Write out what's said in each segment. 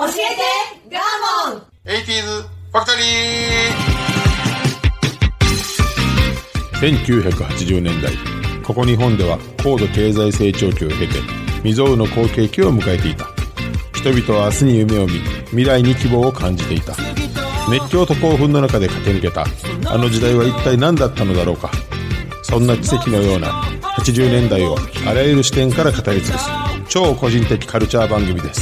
教えてガーモン。 80s ファクトリー。1980年代、ここ日本では高度経済成長期を経て未曾有の好景気を迎えていた。人々は明日に夢を見、未来に希望を感じていた。熱狂と興奮の中で駆け抜けたあの時代は一体何だったのだろうか。そんな奇跡のような80年代をあらゆる視点から語り尽くす超個人的カルチャー番組です。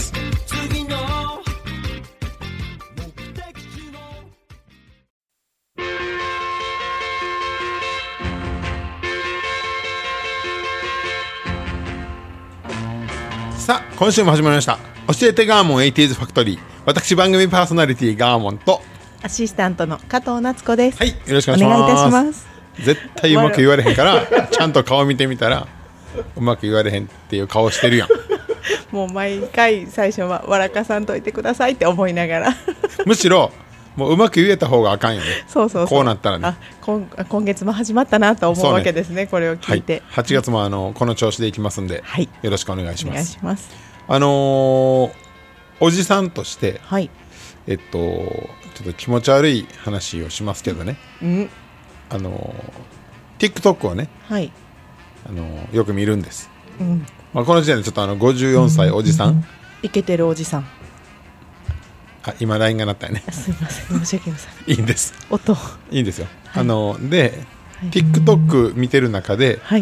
さあ、今週も始まりました。教えてガーモン 80s ファクトリー。私番組パーソナリティガーモンとアシスタントの加藤夏子です。 はい、よろしくお願いします。 お願いいたします。 絶対うまく言われへんからちゃんと顔見てみたらうまく言われへんっていう顔してるやん。 もう毎回最初はわらかさんといてくださいって思いながらむしろもううまく言えた方があかんよね。 そうこうなったらね。 今月も始まったなと思うわけですね。これを聞いて、 はい、8月もこの調子でいきますんで、 はい、 よろしくお願いします。 お願いします。 おじさんとして、 はい、 ちょっと気持ち悪い話をしますけどね、TikTok をね、はい、よく見るんです、この時点でちょっと54歳おじさん、 イケてるおじさん、 今 LINE が鳴ったよね。 すいません、申し訳ございません。 いいんです、 音いいんですよ、 はい、 で、 はい、 TikTok 見てる中で、 はい、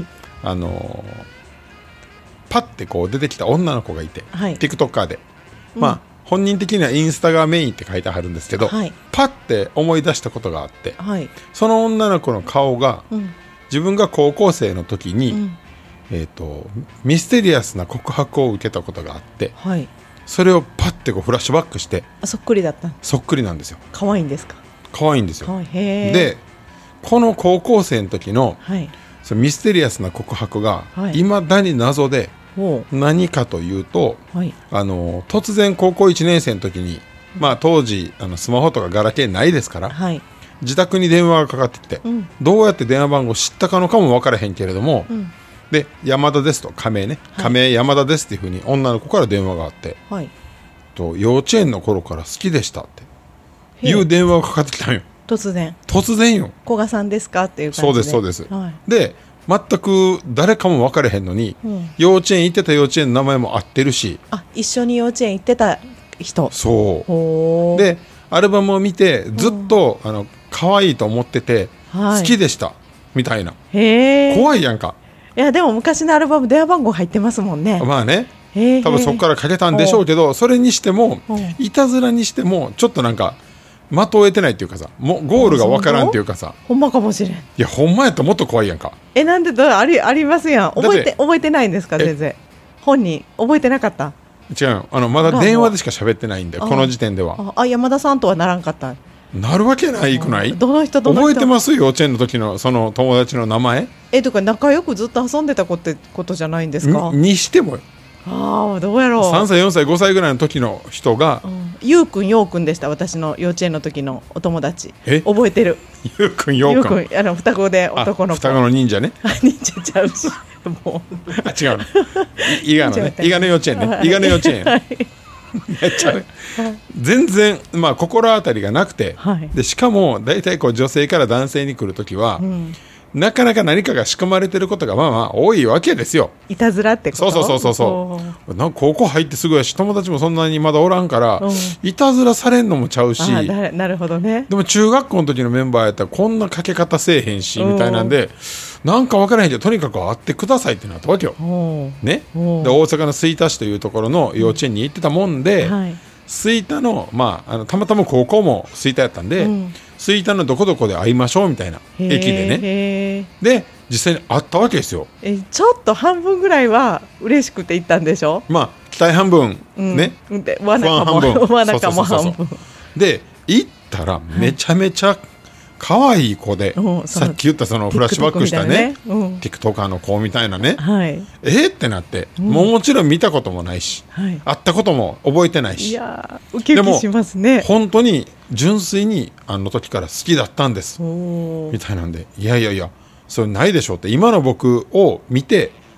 パッてこう出てきた女の子がいて、 はい、 TikToker で、本人的にはインスタがメインって書いてあるんですけど、はい、パッて思い出したことがあって、はい、その女の子の顔が、自分が高校生の時に、ミステリアスな告白を受けたことがあって、はい、それをパッてこうフラッシュバックして、 そっくりだった。そっくりなんですよ。 可愛いんですか？ 可愛いんですよ。 へー。 でこの高校生の時の、はい、そのミステリアスな告白がいまだに謎で、何かというと、はい、突然高校1年生の時に、当時スマホとかガラケーないですから、はい、自宅に電話がかかってきて、どうやって電話番号知ったかのかも分からへんけれども、で山田ですと、仮名ね、仮名山田ですっていうふうに女の子から電話があって、はい、幼稚園の頃から好きでしたっていう電話がかかってきたんよ。 突然よ。古賀さんですかっていう感じで。 そうです、はい、で全く誰かも分からへんのに、幼稚園行ってた幼稚園の名前も合ってるし、 一緒に幼稚園行ってた人。 そうでアルバムを見てずっと可愛いと思ってて、好きでしたみたいな。怖いやんか。 いやでも昔のアルバム電話番号入ってますもんね。 まあね、多分そこからかけたんでしょうけど、それにしてもいたずらにしてもちょっとなんか的を得てないっていうかさ、もうゴールが分からんっていうかさ、 ほんまかもしれん。いやほんまやったらもっと怖いやんか。 なんでありますやん。覚えてないんですか？全然本人覚えてなかった？ 違う、まだ電話でしか喋ってないんで、この時点では。 山田さんとはならんかった？ なるわけないくない？ どの人覚えてます？幼稚園の時のその友達の名前とか仲良くずっと遊んでたことじゃないんですか？ にしてもどうやろう。 3歳4歳5歳ぐらいの時の人が、 ゆうくんようくんでした。私の幼稚園の時のお友達。覚えてる。 ゆうくんようくん、 双子で男の子。 双子の忍者ね。 忍者ちゃうしもう違うの伊賀のね、伊賀の幼稚園ね、伊賀の幼稚園、はい、めっちゃね、全然心当たりがなくて、はい、でしかも大体こう女性から男性に来るときは、なかなか何かが仕組まれてることが多いわけですよ。 いたずらってこと？ そうなんか高校入ってすぐやし、友達もそんなにまだおらんから、いたずらされんのもちゃうし、 なるほどね。でも中学校の時のメンバーやったらこんなかけ方せえへんしみたいなんで、なんか分からへんけどとにかく会ってくださいってなったわけよ、ね、で大阪の吹田市というところの幼稚園に行ってたもんで、吹田の、たまたま高校も吹田やったんで、吹田のどこどこで会いましょうみたいな駅でね、で実際に会ったわけですよ。 ちょっと半分ぐらいは嬉しくて行ったんでしょ？ 期待半分、ね、 でわなかも半分で行ったらめちゃめちゃ可愛い子で、さっき言ったそのフラッシュバックしたね、TikToker の子みたいなね、ってなって、もちろん見たこともないし、会ったことも覚えてないし、 いやウキウキしますね。 でも本当に純粋にあの時から好きだったんですみたいなんで、いやそれないでしょって、今の僕を見て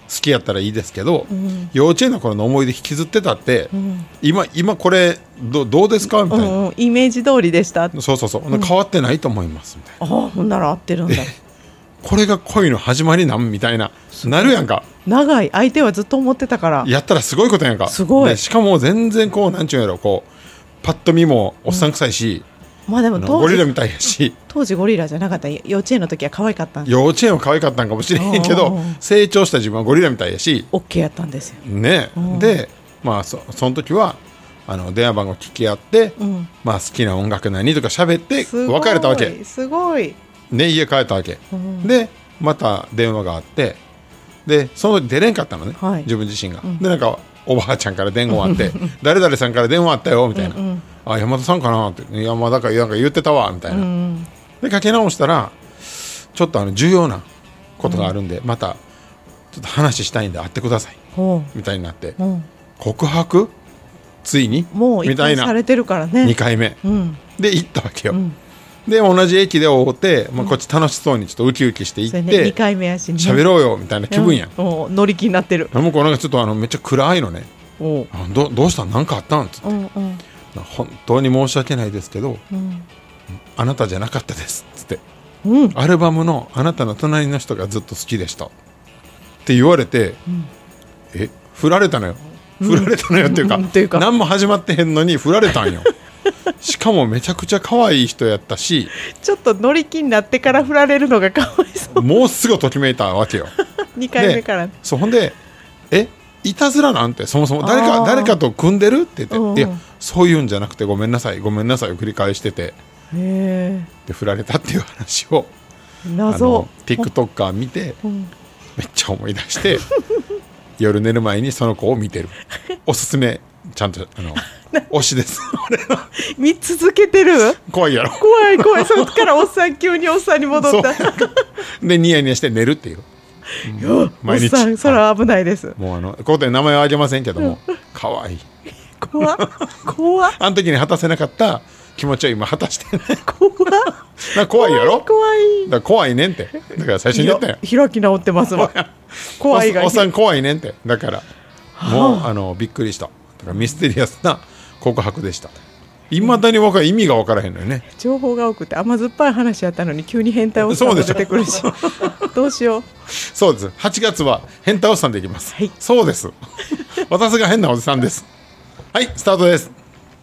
きやったらいいですけど、幼稚園の頃の思い出引きずってたって、今これどうですかみたいな、 イメージ通りでした。 そう変わってないと思いますみたいな。 ほんなら合ってるんだ。 これが恋の始まりなんみたいななるやんか。 長い相手はずっと思ってたからやったらすごいことやんか。 すごい。 でしかも全然こうなんちゅうんやろ、こうパッと見もおっさん臭いし、 まあでもゴリラみたいやし、 当時ゴリラじゃなかった。幼稚園の時は可愛かったん。 幼稚園は可愛かったんかもしれへんけど、成長した自分はゴリラみたいやし OK やったんですよね。でまあその時は電話番号聞き合って、まあ好きな音楽何とか喋って別れたわけ。 すごいね、家帰ったわけ、でまた電話があって、でその時出れんかったのね、自分自身が、でなんかおばあちゃんから電話あって誰々さんから電話あったよみたいな、あ山田さんかなって、山田かなんか言ってたわみたいな、でかけ直したらちょっと重要なことがあるんで、またちょっと話したいんで会ってくださいみたいになって、告白ついにもうみたいなされてるからね、 2回目、で行ったわけよ、で同じ駅で会うて、こっち楽しそうにちょっとウキウキして行って、 2回目やしね、 喋ろうよみたいな気分やん、 乗り気になってる。 向こうなんかちょっとめっちゃ暗いのね。どうしたん、なんかあったんつって、本当に申し訳ないですけど、あなたじゃなかったですつって、アルバムのあなたの隣の人がずっと好きでしたって言われて、振られたのよ、振られたのよっていうか、何も始まってへんのに振られたんよしかもめちゃくちゃ可愛い人やったし、 ちょっと乗り気になってから振られるのがかわいそう。 もうすぐときめいたわけよ 2回目から、 そうほんでいたずらなんてそもそも誰かと組んでるって言って、いやそういうんじゃなくてごめんなさいごめんなさいを繰り返してて、で振られたっていう話を謎 TikToker 見て、めっちゃ思い出して夜寝る前にその子を見てる。おすすめちゃんと推しです見続けてる。 怖いやろ。 怖いそっからおっさん急におっさんに戻ったでニヤニヤして寝るっていう、 毎日。おっさんそれは危ないです。 もうここで名前はあげませんけども、可愛い怖あの時に果たせなかった気持ちを今果たしてね。 怖いやろ。 怖いだから怖いねんって。だから最初に言ったよ。 開き直ってますわ怖いがおっさん怖いねんって。だからもうびっくりした。だからミステリアスな告白でした。いまだに意味が分からへんのよね。 情報が多くて甘酸っぱい話やったのに急に変態おっさんが出てくるしどうしよう。 そうです。8月は変態おっさんでいきます、そうです私が変なおじさんです。はい、スタートです。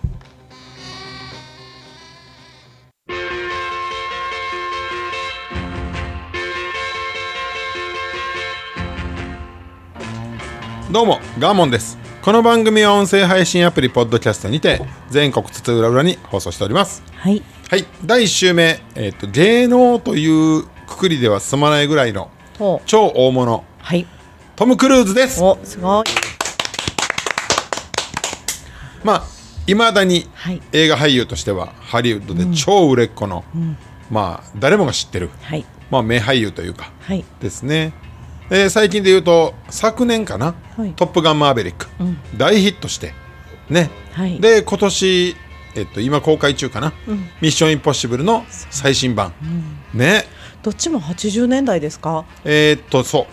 どうもガーモンです。この番組は音声配信アプリポッドキャストにて全国津々浦々に放送しております。はい、第1週目、芸能というくくりでは済まないぐらいの超大物、トム・クルーズです。 お、すごい。 まあいまだに映画俳優としてはハリウッドで超売れっ子の、まあ誰もが知ってる、まあ名俳優というか、ですね。最近で言うと昨年かな、トップガンマーヴェリック、大ヒットしてね、で今年、今公開中かな、ミッションインポッシブルの最新版、ね。 どっちも80年代ですか。 そう、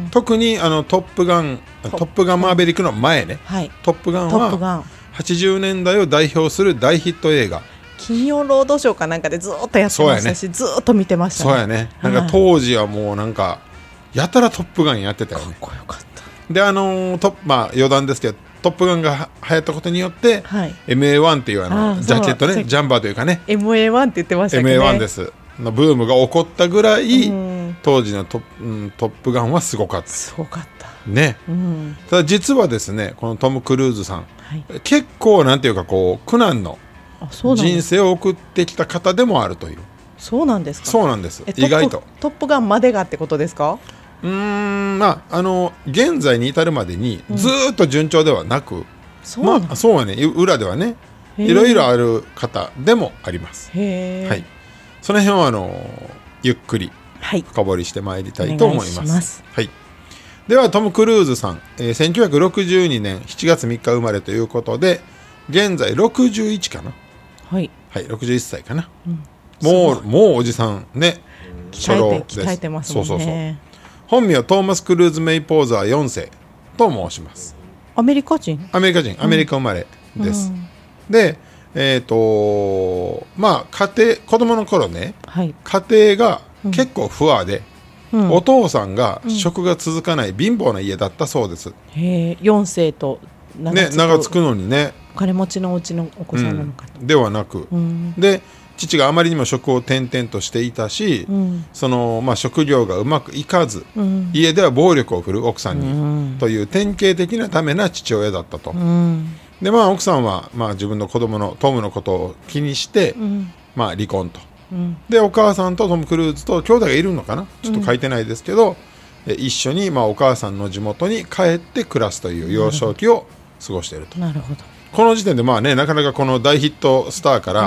特にトップガンマーヴェリックの前ね、トップガンは80年代を代表する大ヒット映画。 金曜ロードショーかなんかでずっとやってましたし、ずっと見てましたね。 そうやね。なんか当時はもうなんかやたらトップガンやってたよね。 かっこよかった。 でまあ余談ですけど、トップガンが流行ったことによって、MA1 っていうジャケットね、ジャンバーというかね、 MA1 って言ってましたけどね。 MA1 ですのブームが起こったぐらい、当時のトップガンはすごかった。 すごかったね。ただ実はですね、このトム・クルーズさん、結構なんていうかこう苦難の人生を送ってきた方でもあるという。 そうなんですか。 そうなんです。意外とトップガンまでがってことですか。 まあ現在に至るまでにずっと順調ではなく、そうはね、裏ではねいろいろある方でもあります。その辺はゆっくり深掘りしてまいりたいと思います。ではトム・クルーズさん、1962年7月3日生まれということで現在61かな。61歳かな。もうおじさんね。 鍛えてますもんね。 本名トーマス・クルーズ・メイポーザー4世と申します。 アメリカ人、 アメリカ生まれです。でまあ家庭、子供の頃ね、はい、家庭が結構不和で、お父さんが職が続かない貧乏な家だったそうです。 へえ、4世と名がつくのにね、 お金持ちのお家のお子さんなのかと、 ではなく、で父があまりにも職を転々としていたし、その職業がうまくいかず、家では暴力を振るう奥さんに、という典型的なダメな父親だったと。で奥さんは自分の子供のトムのことを気にして、離婚と。でお母さんとトム・クルーズと兄弟がいるのかな、ちょっと書いてないですけど、一緒にお母さんの地元に帰って暮らすという幼少期を過ごしていると。 なるほど。 この時点でなかなかこの大ヒットスターから、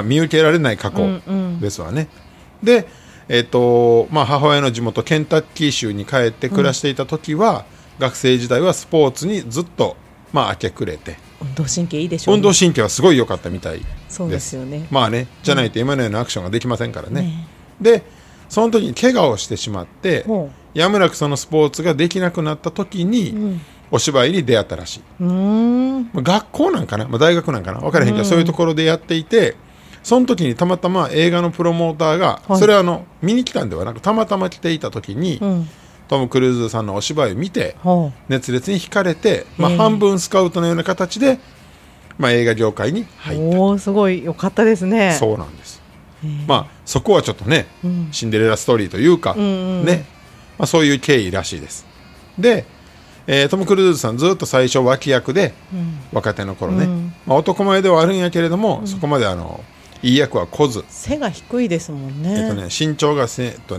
見受けられない過去ですわね。で、母親の地元ケンタッキー州に帰って暮らしていた時は、学生時代はスポーツにずっと明け暮れて、 運動神経いいでしょうね。 運動神経はすごい良かったみたいです。 そうですよね。 じゃないと今のようなアクションができませんからね。でその時に怪我をしてしまって、やむなくそのスポーツができなくなった時に、お芝居に出会ったらしい。学校なんかな、大学なんかな分からへんけど、そういうところでやっていて、その時にたまたま映画のプロモーターが、それは見に来たんではなくたまたま来ていた時に、トム・クルーズさんのお芝居を見て、熱烈に惹かれて、半分スカウトのような形で、映画業界に入った。 おー、すごい良かったですね。 そうなんです。そこはちょっとね、シンデレラストーリーというか、ね、そういう経緯らしいです。でトム・クルーズさんずっと最初脇役で、若手の頃ね、男前ではあるんやけれども、そこまでいい役は来ず。 背が低いですもんね。 身長が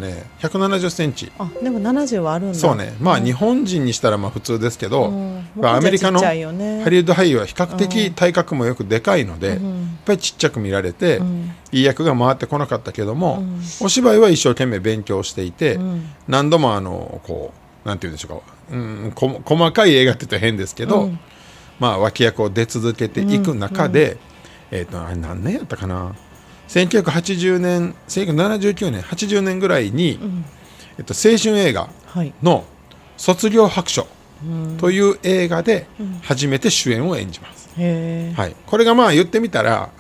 170センチ。 でも70はあるんだ。 そうね。日本人にしたら普通ですけど、アメリカのハリウッド俳優は比較的体格もよくでかいので、やっぱりちっちゃく見られて、いい役が回ってこなかったけども、お芝居は一生懸命勉強していて、何度もなんて言うんでしょうか、細かい映画って言ったら変ですけど、脇役を出続けていく中で、何年やったかな、1980年1979年80年ぐらいに、青春映画の「卒業白書」という映画で初めて主演を演じます。これが言ってみたら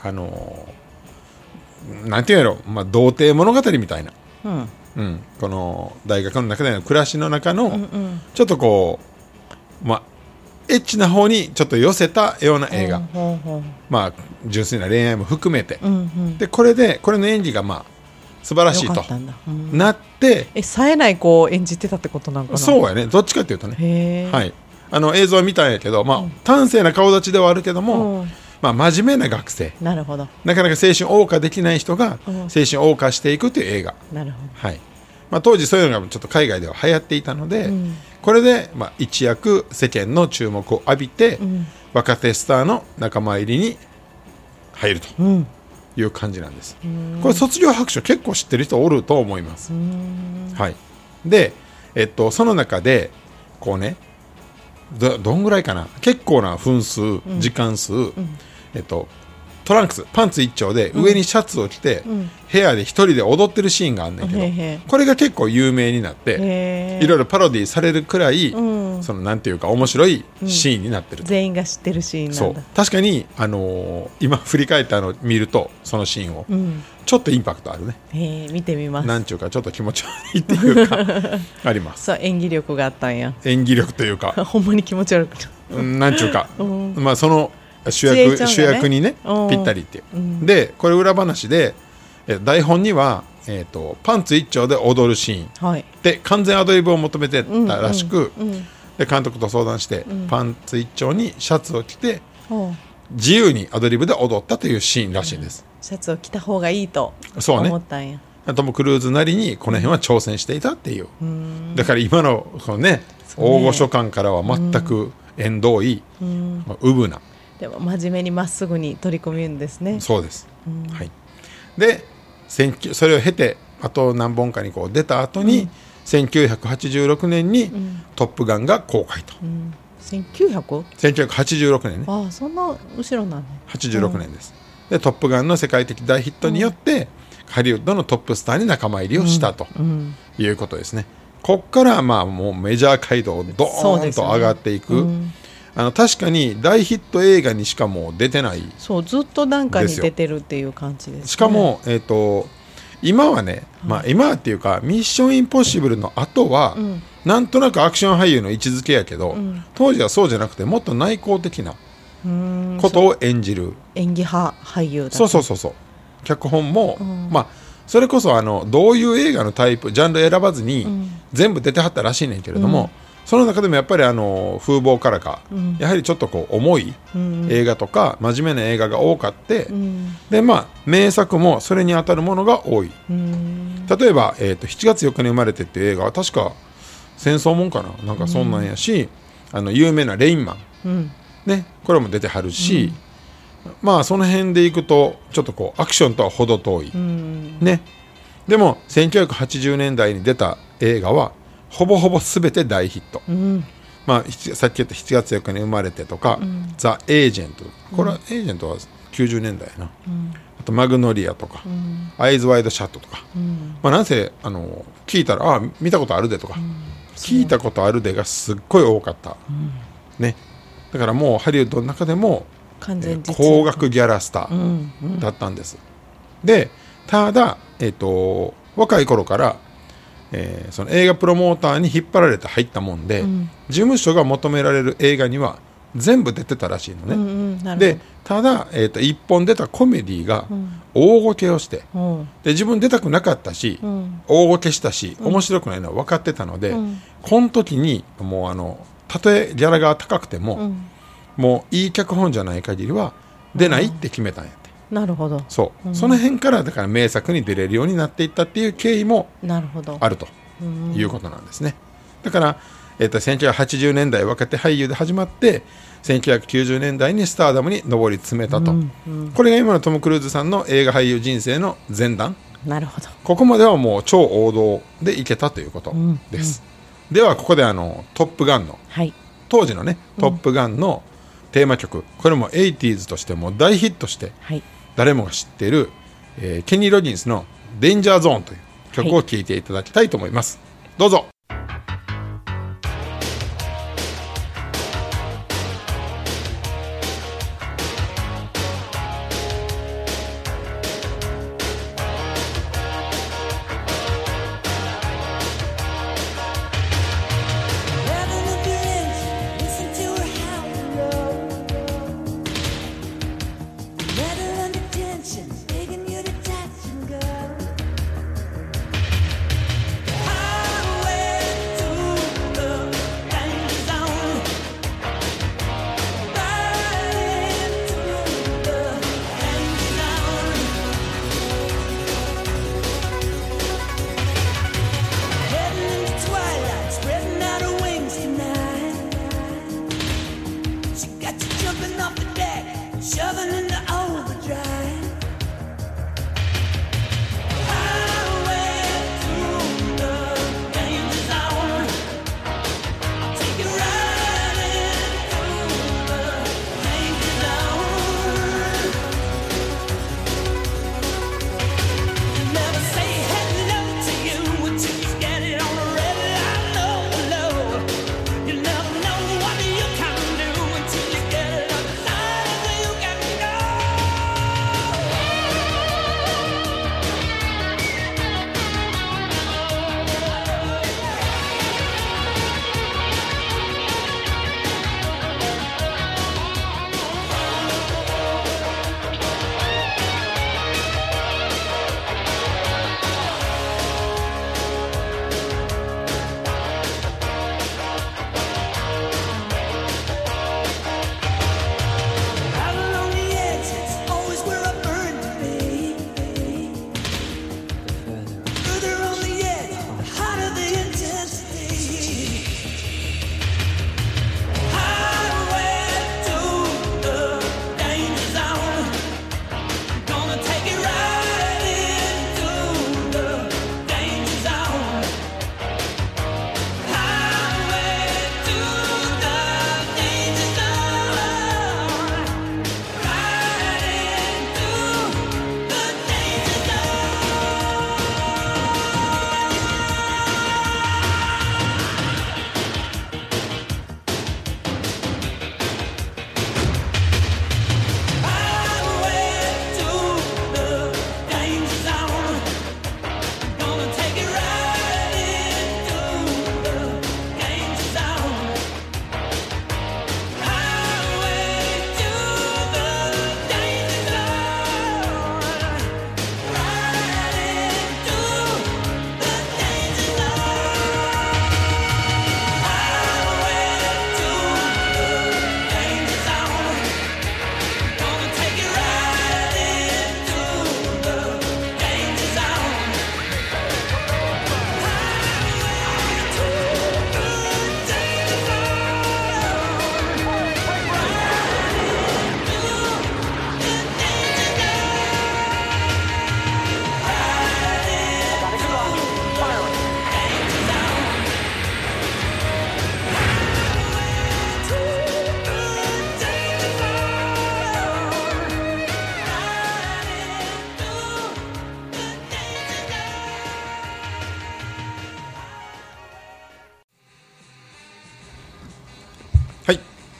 なんていうやろ、童貞物語みたいな、この大学の中での暮らしの中の、ちょっとエッチな方にちょっと寄せたような映画、純粋な恋愛も含めて、でこれの演技が素晴らしいとなって、 冴えない子を演じてたってことなのかな。 そうやね、どっちかっていうとね、映像は見たんやけど、端正な顔立ちではあるけども、真面目な学生、 なるほど、 なかなか青春謳歌できない人が青春謳歌していくという映画。 なるほど。 当時そういうのがちょっと海外では流行っていたので、これで一躍世間の注目を浴びて、若手スターの仲間入りに入るという感じなんです。これ卒業白書結構知ってる人おると思います。で、その中でどんぐらいかな、結構な分数、時間数、トランクスパンツ一丁で上にシャツを着て、部屋で一人で踊ってるシーンがあんねんけど、これが結構有名になっていろいろパロディされるくらい、なんていうか面白いシーンになってる、 全員が知ってるシーンなんだ。 そう、確かに、今振り返って見るとそのシーンを、ちょっとインパクトあるね。 見てみます。 なんちゅうかちょっと気持ち悪いっていうかあります。 そう、演技力があったんや。 演技力というかほんまに気持ち悪くなんちゅうか、その主役にねぴったりっていう、でこれ裏話で、台本には、パンツ一丁で踊るシーン、で完全アドリブを求めてたらしく、で監督と相談して、パンツ一丁にシャツを着て自由にアドリブで踊ったというシーンらしいんです。 シャツを着た方がいいと思ったんや。 トム・クルーズなりにこの辺は挑戦していたっていう、だから今のこのね大御所感からは全く縁遠い、うぶな、 でも真面目にまっすぐに取り組むんですね。 そうです、でそれを経てあと何本かに出た後に、1986年にトップガンが公開と、1986年ね。 そんな後ろなんね。 86年です。でトップガンの世界的大ヒットによって、ハリウッドのトップスターに仲間入りをしたということですね。 こっからまあもうメジャー街道をドーンと上がっていく、確かに大ヒット映画にしかもう出てない。 そうずっとなんかに出てるっていう感じですね。 しかも、今はね、今はっていうかミッションインポッシブルの後は、なんとなくアクション俳優の位置づけやけど、当時はそうじゃなくてもっと内向的なことを演じる演技派俳優だった。 そう脚本も、まあそれこそどういう映画のタイプジャンル選ばずに、全部出てはったらしいねんけれども、その中でもやっぱり風貌からか、やはりちょっとこう重い映画とか、真面目な映画が多かって、でまあ名作もそれに当たるものが多い。例えば、7月4日に生まれてっていう映画は確か戦争もんかな、なんかそんなんやし、有名なレインマン、ね、これも出てはるし、まあその辺でいくとちょっとこうアクションとは程遠い、ね。でも1980年代に出た映画はほぼほぼ全て大ヒット、まあ、さっき言った7月4日に生まれてとか、ザ・エージェント、これはエージェントは90年代やな、あとマグノリアとか、アイズ・ワイド・シャットとか、まあ、なんせ聞いたら見たことあるでとか、聞いたことあるでがすっごい多かった、ね。だからもうハリウッドの中でも高額ギャラスターだったんです、でただ、若い頃からその映画プロモーターに引っ張られて入ったもんで、事務所が求められる映画には全部出てたらしいのね、でただ、1本出たコメディが大ごけをして、で自分出たくなかったし、大ごけしたし面白くないのは分かってたので、この時にもうたとえギャラが高くても、もういい脚本じゃない限りは出ないって決めたんやって。 なるほど。 そう、その辺からだから名作に出れるようになっていったっていう経緯もあるということなんですね。だから、1980年代若手俳優で始まって1990年代にスターダムに上り詰めたと、これが今のトム・クルーズさんの映画俳優人生の前段。 なるほど。 ここまではもう超王道でいけたということです、ではここでトップガンの、当時のねトップガンのテーマ曲、これも 80s としても大ヒットして、誰もが知っている、ケニー・ロギンスのデンジャーゾーンという曲を聴いていただきたいと思います、どうぞ。 Highway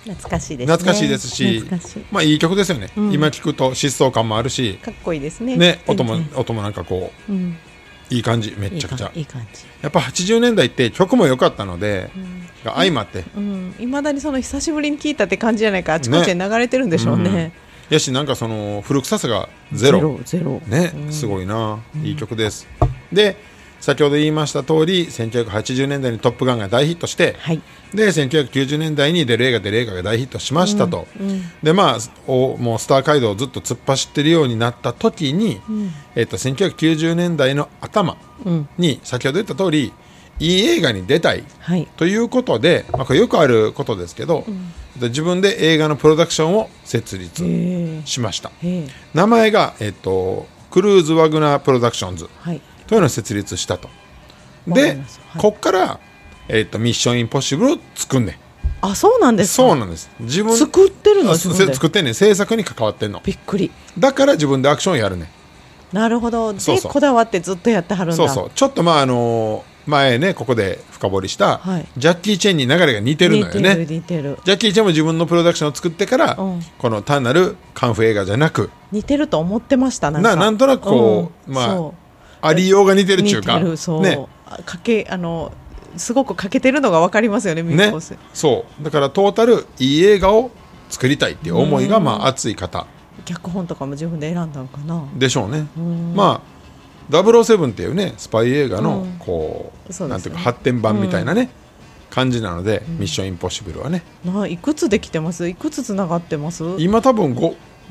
懐かしいですね。 懐かしいですし、まあいい曲ですよね、今聴くと疾走感もあるし、 かっこいいですね。 音もなんかこう、いい感じ、めっちゃくちゃいい感じ。 やっぱ80年代って曲も良かったので、相まっていまだにその久しぶりに聴いたって感じじゃないか、あちこちで流れてるんでしょうね。 やし、なんかその古臭さがゼロね、すごいな、いい曲です。で、先ほど言いました通り、1980年代にトップガンが大ヒットして、で1990年代に出る映画が大ヒットしましたと、でまあもうスター街道をずっと突っ走ってるようになった時に、1990年代の頭に、先ほど言った通りいい映画に出たい、ということで、まあ、これよくあることですけど、自分で映画のプロダクションを設立しました。名前が、クルーズ・ワグナー・プロダクションズ、というのを設立したと。で、こっから、ミッションインポッシブルを作んねん。 あ、そうなんですか。 そうなんです。自分作ってるの。 作ってんねん。制作に関わってんの。 びっくり。 だから自分でアクションやるねん。 なるほど。で、こだわってずっとやってはるんだ。 ちょっとまあ前ね、ここで深掘りした、ジャッキー・チェンに流れが似てるのよね。 似てる。 ジャッキー・チェンも自分のプロダクションを作ってから、この単なるカンフー映画じゃなく、 似てると思ってました。 なんとなくこう、まあありようが似てるっていうか、 すごく欠けてるのが分かりますよね。 そうだからトータルいい映画を作りたいっていう思いがまあ熱い方。 脚本とかも自分で選んだのかな。 でしょうね。まあ007っていうね、スパイ映画のこう、なんていうか発展版みたいなね、感じなので、ミッションインポッシブルはね。 いくつできてます？いくつつながってます？ 今多分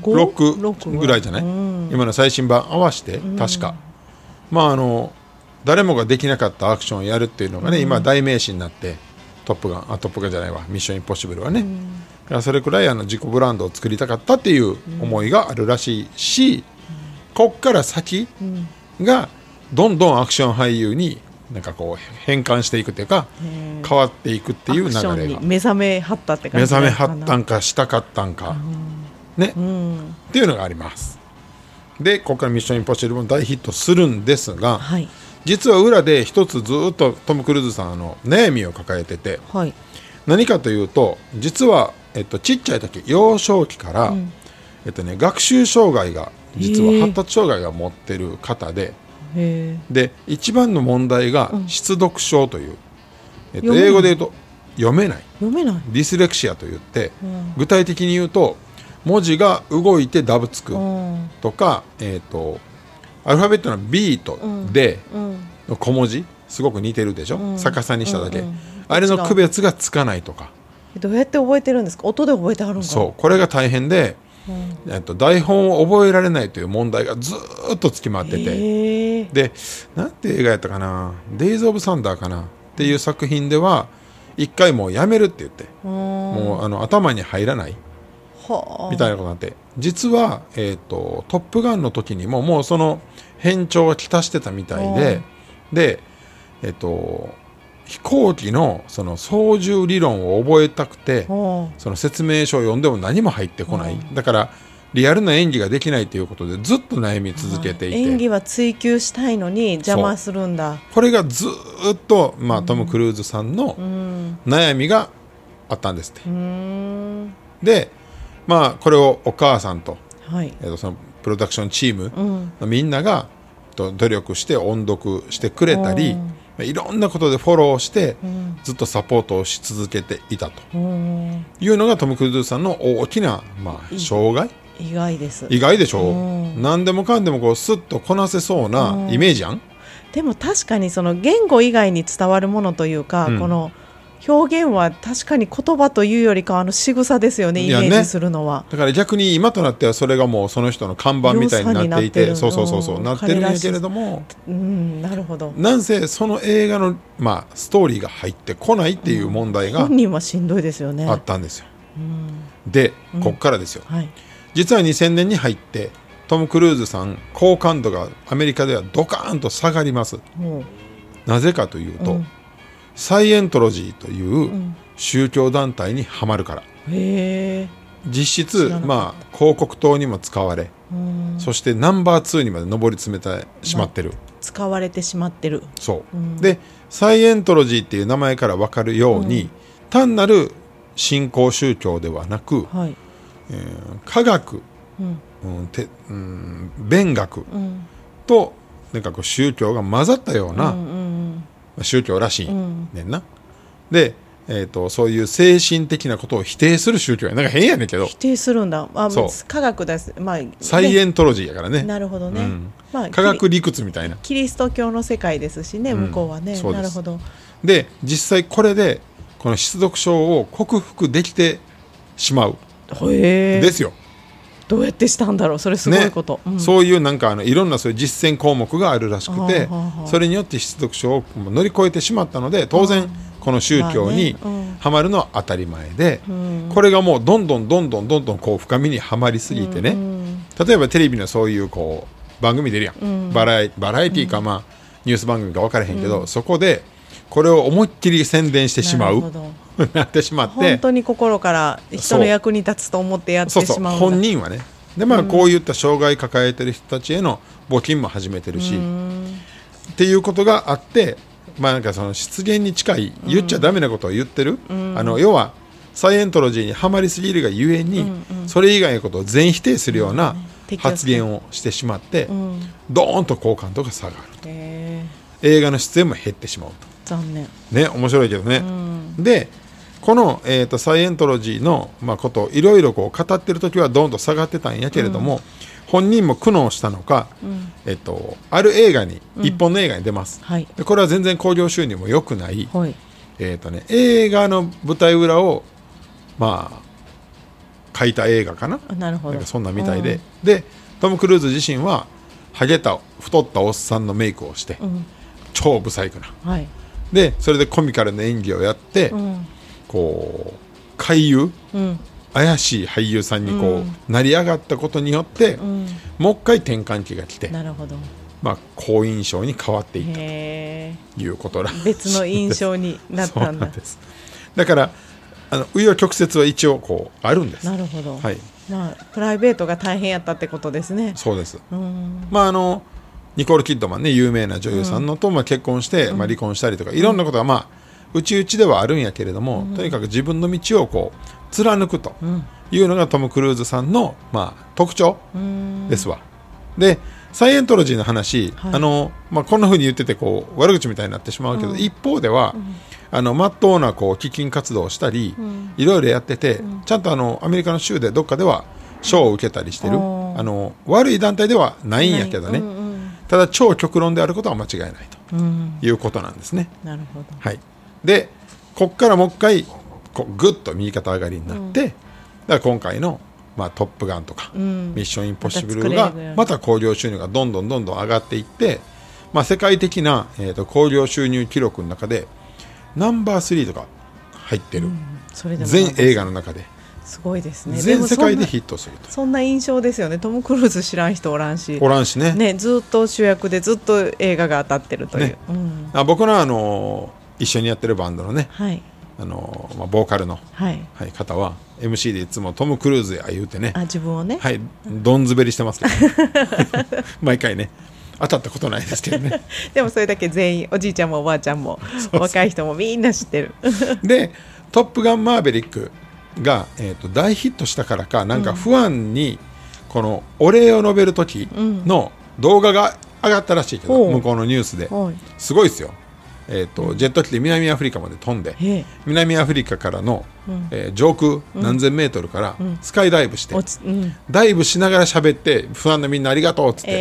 6ぐらいじゃない？今の最新版合わせて確か。まあ誰もができなかったアクションをやるっていうのがね、今代名詞になって、トップガンじゃないわ、ミッションインポッシブルはね、それくらい自己ブランドを作りたかったっていう思いがあるらしいし、こっから先がどんどんアクション俳優になんかこう変換していくっていうか、変わっていくっていう流れが、アクションに目覚めはったって感じ。 目覚めはったんかしたかったんか、ね、っていうのがあります。で、ここからミッションインポッシブルも大ヒットするんですが、実は裏で一つずっとトム・クルーズさん悩みを抱えてて、何かというと、実は、ちっちゃい時、幼少期から、学習障害が、実は発達障害が持ってる方で、で一番の問題が失読症という、英語で言うと読めないディスレクシアといって、具体的に言うと文字が動いてダブつくとか、アルファベットの B と D の小文字すごく似てるでしょ、逆さにしただけ、あれの区別がつかないとか。 どうやって覚えてるんですか？音で覚えてはるんか。 そう、これが大変で、台本を覚えられないという問題がずっとつきまってて、で、なんて映画やったかな、デイズ・オブ・サンダーかなっていう作品では一回もうやめるって言って、もう頭に入らないみたいなことになって、実は、トップガンの時にももうその変調はきたしてたみたいで、飛行機のその操縦理論を覚えたくて、その説明書を読んでも何も入ってこない。だからリアルな演技ができないということでずっと悩み続けていて、 演技は追求したいのに邪魔するんだ。 これがずっと、トム・クルーズさんの悩みがあったんですって。で、これをお母さんと、そのプロダクションチームのみんなが努力して音読してくれたり、いろんなことでフォローして、ずっとサポートをし続けていたというのがトム・クルーズさんの大きな、障害。 意外です。 意外でしょ。何でもかんでもこうスッとこなせそうなイメージやん。 でも確かにその言語以外に伝わるものというか、この表現は確かに言葉というよりか仕草ですよね、イメージするのは。 だから逆に今となってはそれがもうその人の看板みたいになっていて、そうなってるんやけれども、 なるほど。 なんせその映画のストーリーが入ってこないっていう問題が本人はしんどいですよね。 あったんですよ。で、こっからですよ。実は2000年に入ってトム・クルーズさん好感度がアメリカではドカーンと下がります。なぜかというと、サイエントロジーという宗教団体にはまるから。実質広告塔にも使われ、そしてナンバー2にまで上り詰めてしまってる、 使われてしまってる。そう、 でサイエントロジーっていう名前から分かるように、単なる新興宗教ではなく、科学、勉学となんかこう宗教が混ざったような、宗教らしいねんな。で、そういう精神的なことを否定する宗教やなんか変やねんけど、 否定するんだ。科学です、 サイエントロジーやからね。 なるほどね、 科学理屈みたいなキリスト教の世界ですしね、向こうはね。なるほど。 で実際これでこの失読症を克服できてしまうですよ。 どうやってしたんだろう、それすごいこと、 そういうなんかいろんなそういう実践項目があるらしくて、それによって失読症を乗り越えてしまったので、当然この宗教にはまるのは当たり前で、これがもうどんどんこう深みにはまりすぎてね、例えばテレビのそういうこう番組出るやん、バラエティーかニュース番組か分からへんけど、そこでこれを思いっきり宣伝してしまうなってしまって、 本当に心から人の役に立つと思ってやってしまうんだ。 本人はね。でこういった障害抱えてる人たちへの募金も始めてるしっていうことがあって、なんかその失言に近い言っちゃダメなことを言ってる、要はサイエントロジーにはまりすぎるがゆえに、それ以外のことを全否定するような発言をしてしまって、ドーンと好感度が下がると、映画の出演も減ってしまうと。 残念ね、面白いけどね、でこの、サイエントロジーの、ことをいろいろこう語ってる時はどんどん下がってたんやけれども、本人も苦悩したのか、ある映画に、一本の映画に出ます、でこれは全然興行収入も良くない、映画の舞台裏を書いた映画かな。 なるほど。 なんかそんなみたいで、でトム・クルーズ自身はハゲた太ったおっさんのメイクをして、超ブサイクな、でそれでコミカルな演技をやって、こう怪優、怪しい俳優さんにこう、成り上がったことによって、もう一回転換期が来て、 なるほど、 好印象に変わっていったということらしいです。 別の印象になったんだ。 そうなんです。だから紆余曲折は一応こうあるんです。 なるほど、プライベートが大変やったってことですね。 そうです。ニコール・キッドマンね、有名な女優さんのと結婚して、離婚したりとか、いろんなことが内々ではあるんやけれども、とにかく自分の道をこう貫くというのがトム・クルーズさんの、特徴ですわ。でサイエントロジーの話、こんな風に言っててこう悪口みたいになってしまうけど、一方ではまっとうなこう基金活動をしたり、いろいろやってて、ちゃんとアメリカの州でどっかでは賞を受けたりしてる、悪い団体ではないんやけどね、ただ超極論であることは間違いないということなんですね。 なるほど。 でこっからもう一回ぐっと右肩上がりになって、だから今回の、トップガンとか、ミッションインポッシブルがまた興行収入がどんどん上がっていって、世界的な、興行収入記録の中でナンバー3とか入ってる、全映画の中ですごいですね。 全世界でヒットすると。 そんな印象ですよね。トム・クルーズ知らん人おらんしね、 ずっと主役でずっと映画が当たってるという、 僕の一緒にやってるバンドのね、ボーカルの、方は MC でいつもトム・クルーズや言うてね、 自分をね、 どん滑りしてますけど毎回ね、当たったことないですけどねでもそれだけ全員、おじいちゃんもおばあちゃんも若い人もみんな知ってるでトップガンマーヴェリックが、大ヒットしたからか、なんか不安にこのお礼を述べる時の動画が上がったらしいけど、向こうのニュースですごいですよ。ジェット機で南アフリカまで飛んで、南アフリカからの、上空何千メートルからスカイダイブして、ダイブしながら喋って、不安なみんなありがとうっつって、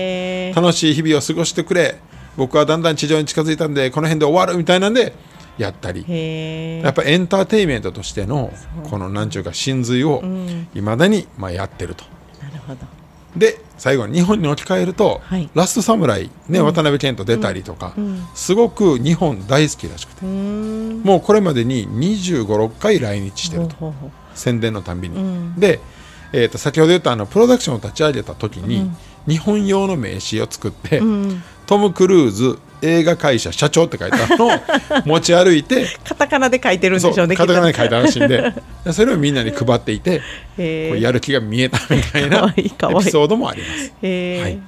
楽しい日々を過ごしてくれ、僕はだんだん地上に近づいたんでこの辺で終わるみたいなんでやったり、やっぱエンターテインメントとしてのこのなんちゅうか真髄をいまだにやってると。 なるほど。 で最後に日本に置き換えると、ラストサムライ、渡辺謙と出たりとか、すごく日本大好きらしくて、もうこれまでに25、6回来日してると、宣伝のたんびに、で、先ほど言ったプロダクションを立ち上げた時に、日本用の名刺を作って、トム・クルーズ映画会社社長って書いてあるのを持ち歩いてカタカナで書いてるんでしょうね。 カタカナで書いてあるらしいんでそれをみんなに配っていて、こうやる気が見えたみたいなエピソードもあります。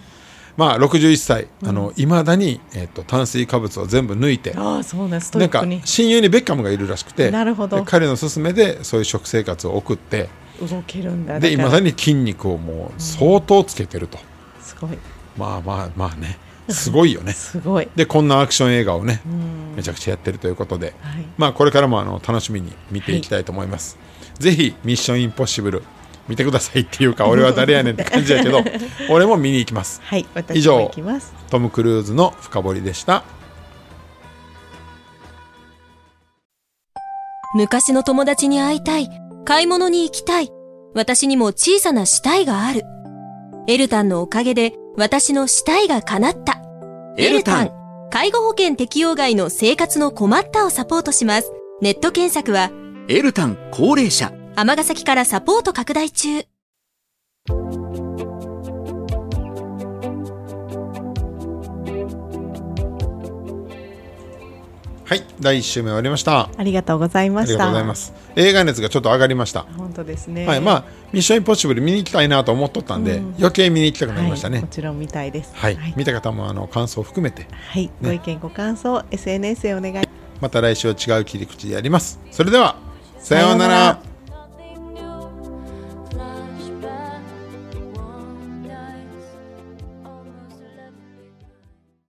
まあ61歳いまだに、炭水化物を全部抜いて、 そうね、ストイックに。 なんか親友にベッカムがいるらしくて、 なるほど。 彼の勧めでそういう食生活を送って動けるんだ。 でいまだに筋肉をもう相当つけてると、 すごい。 まあね、すごいよねすごい。 でこんなアクション映画をね、めちゃくちゃやってるということで、まあこれからも楽しみに見ていきたいと思います、ぜひミッションインポッシブル見てくださいっていうか俺は誰やねんって感じやけど俺も見に行きます。 はい、私も行きます。 以上トム・クルーズの深掘りでした。 昔の友達に会いたい、買い物に行きたい、私にも小さなしたいがある。エルタンのおかげで私のしたいが叶った。エルタン、介護保険適用外の生活の困ったをサポートします。ネット検索はエルタン高齢者。 尼崎からサポート拡大中。 はい、第1週目終わりました。 ありがとうございました。 ありがとうございます。映画熱がちょっと上がりました。 本当ですね。 はい、まあミッションインポッシブル見に行きたいなと思っとったんで、余計見に行きたくなりましたね。 もちろん見たいです。 はい、見た方も感想を含めて、 はい、ご意見ご感想 SNS へお願い。 また来週は違う切り口でやります。それではさようなら。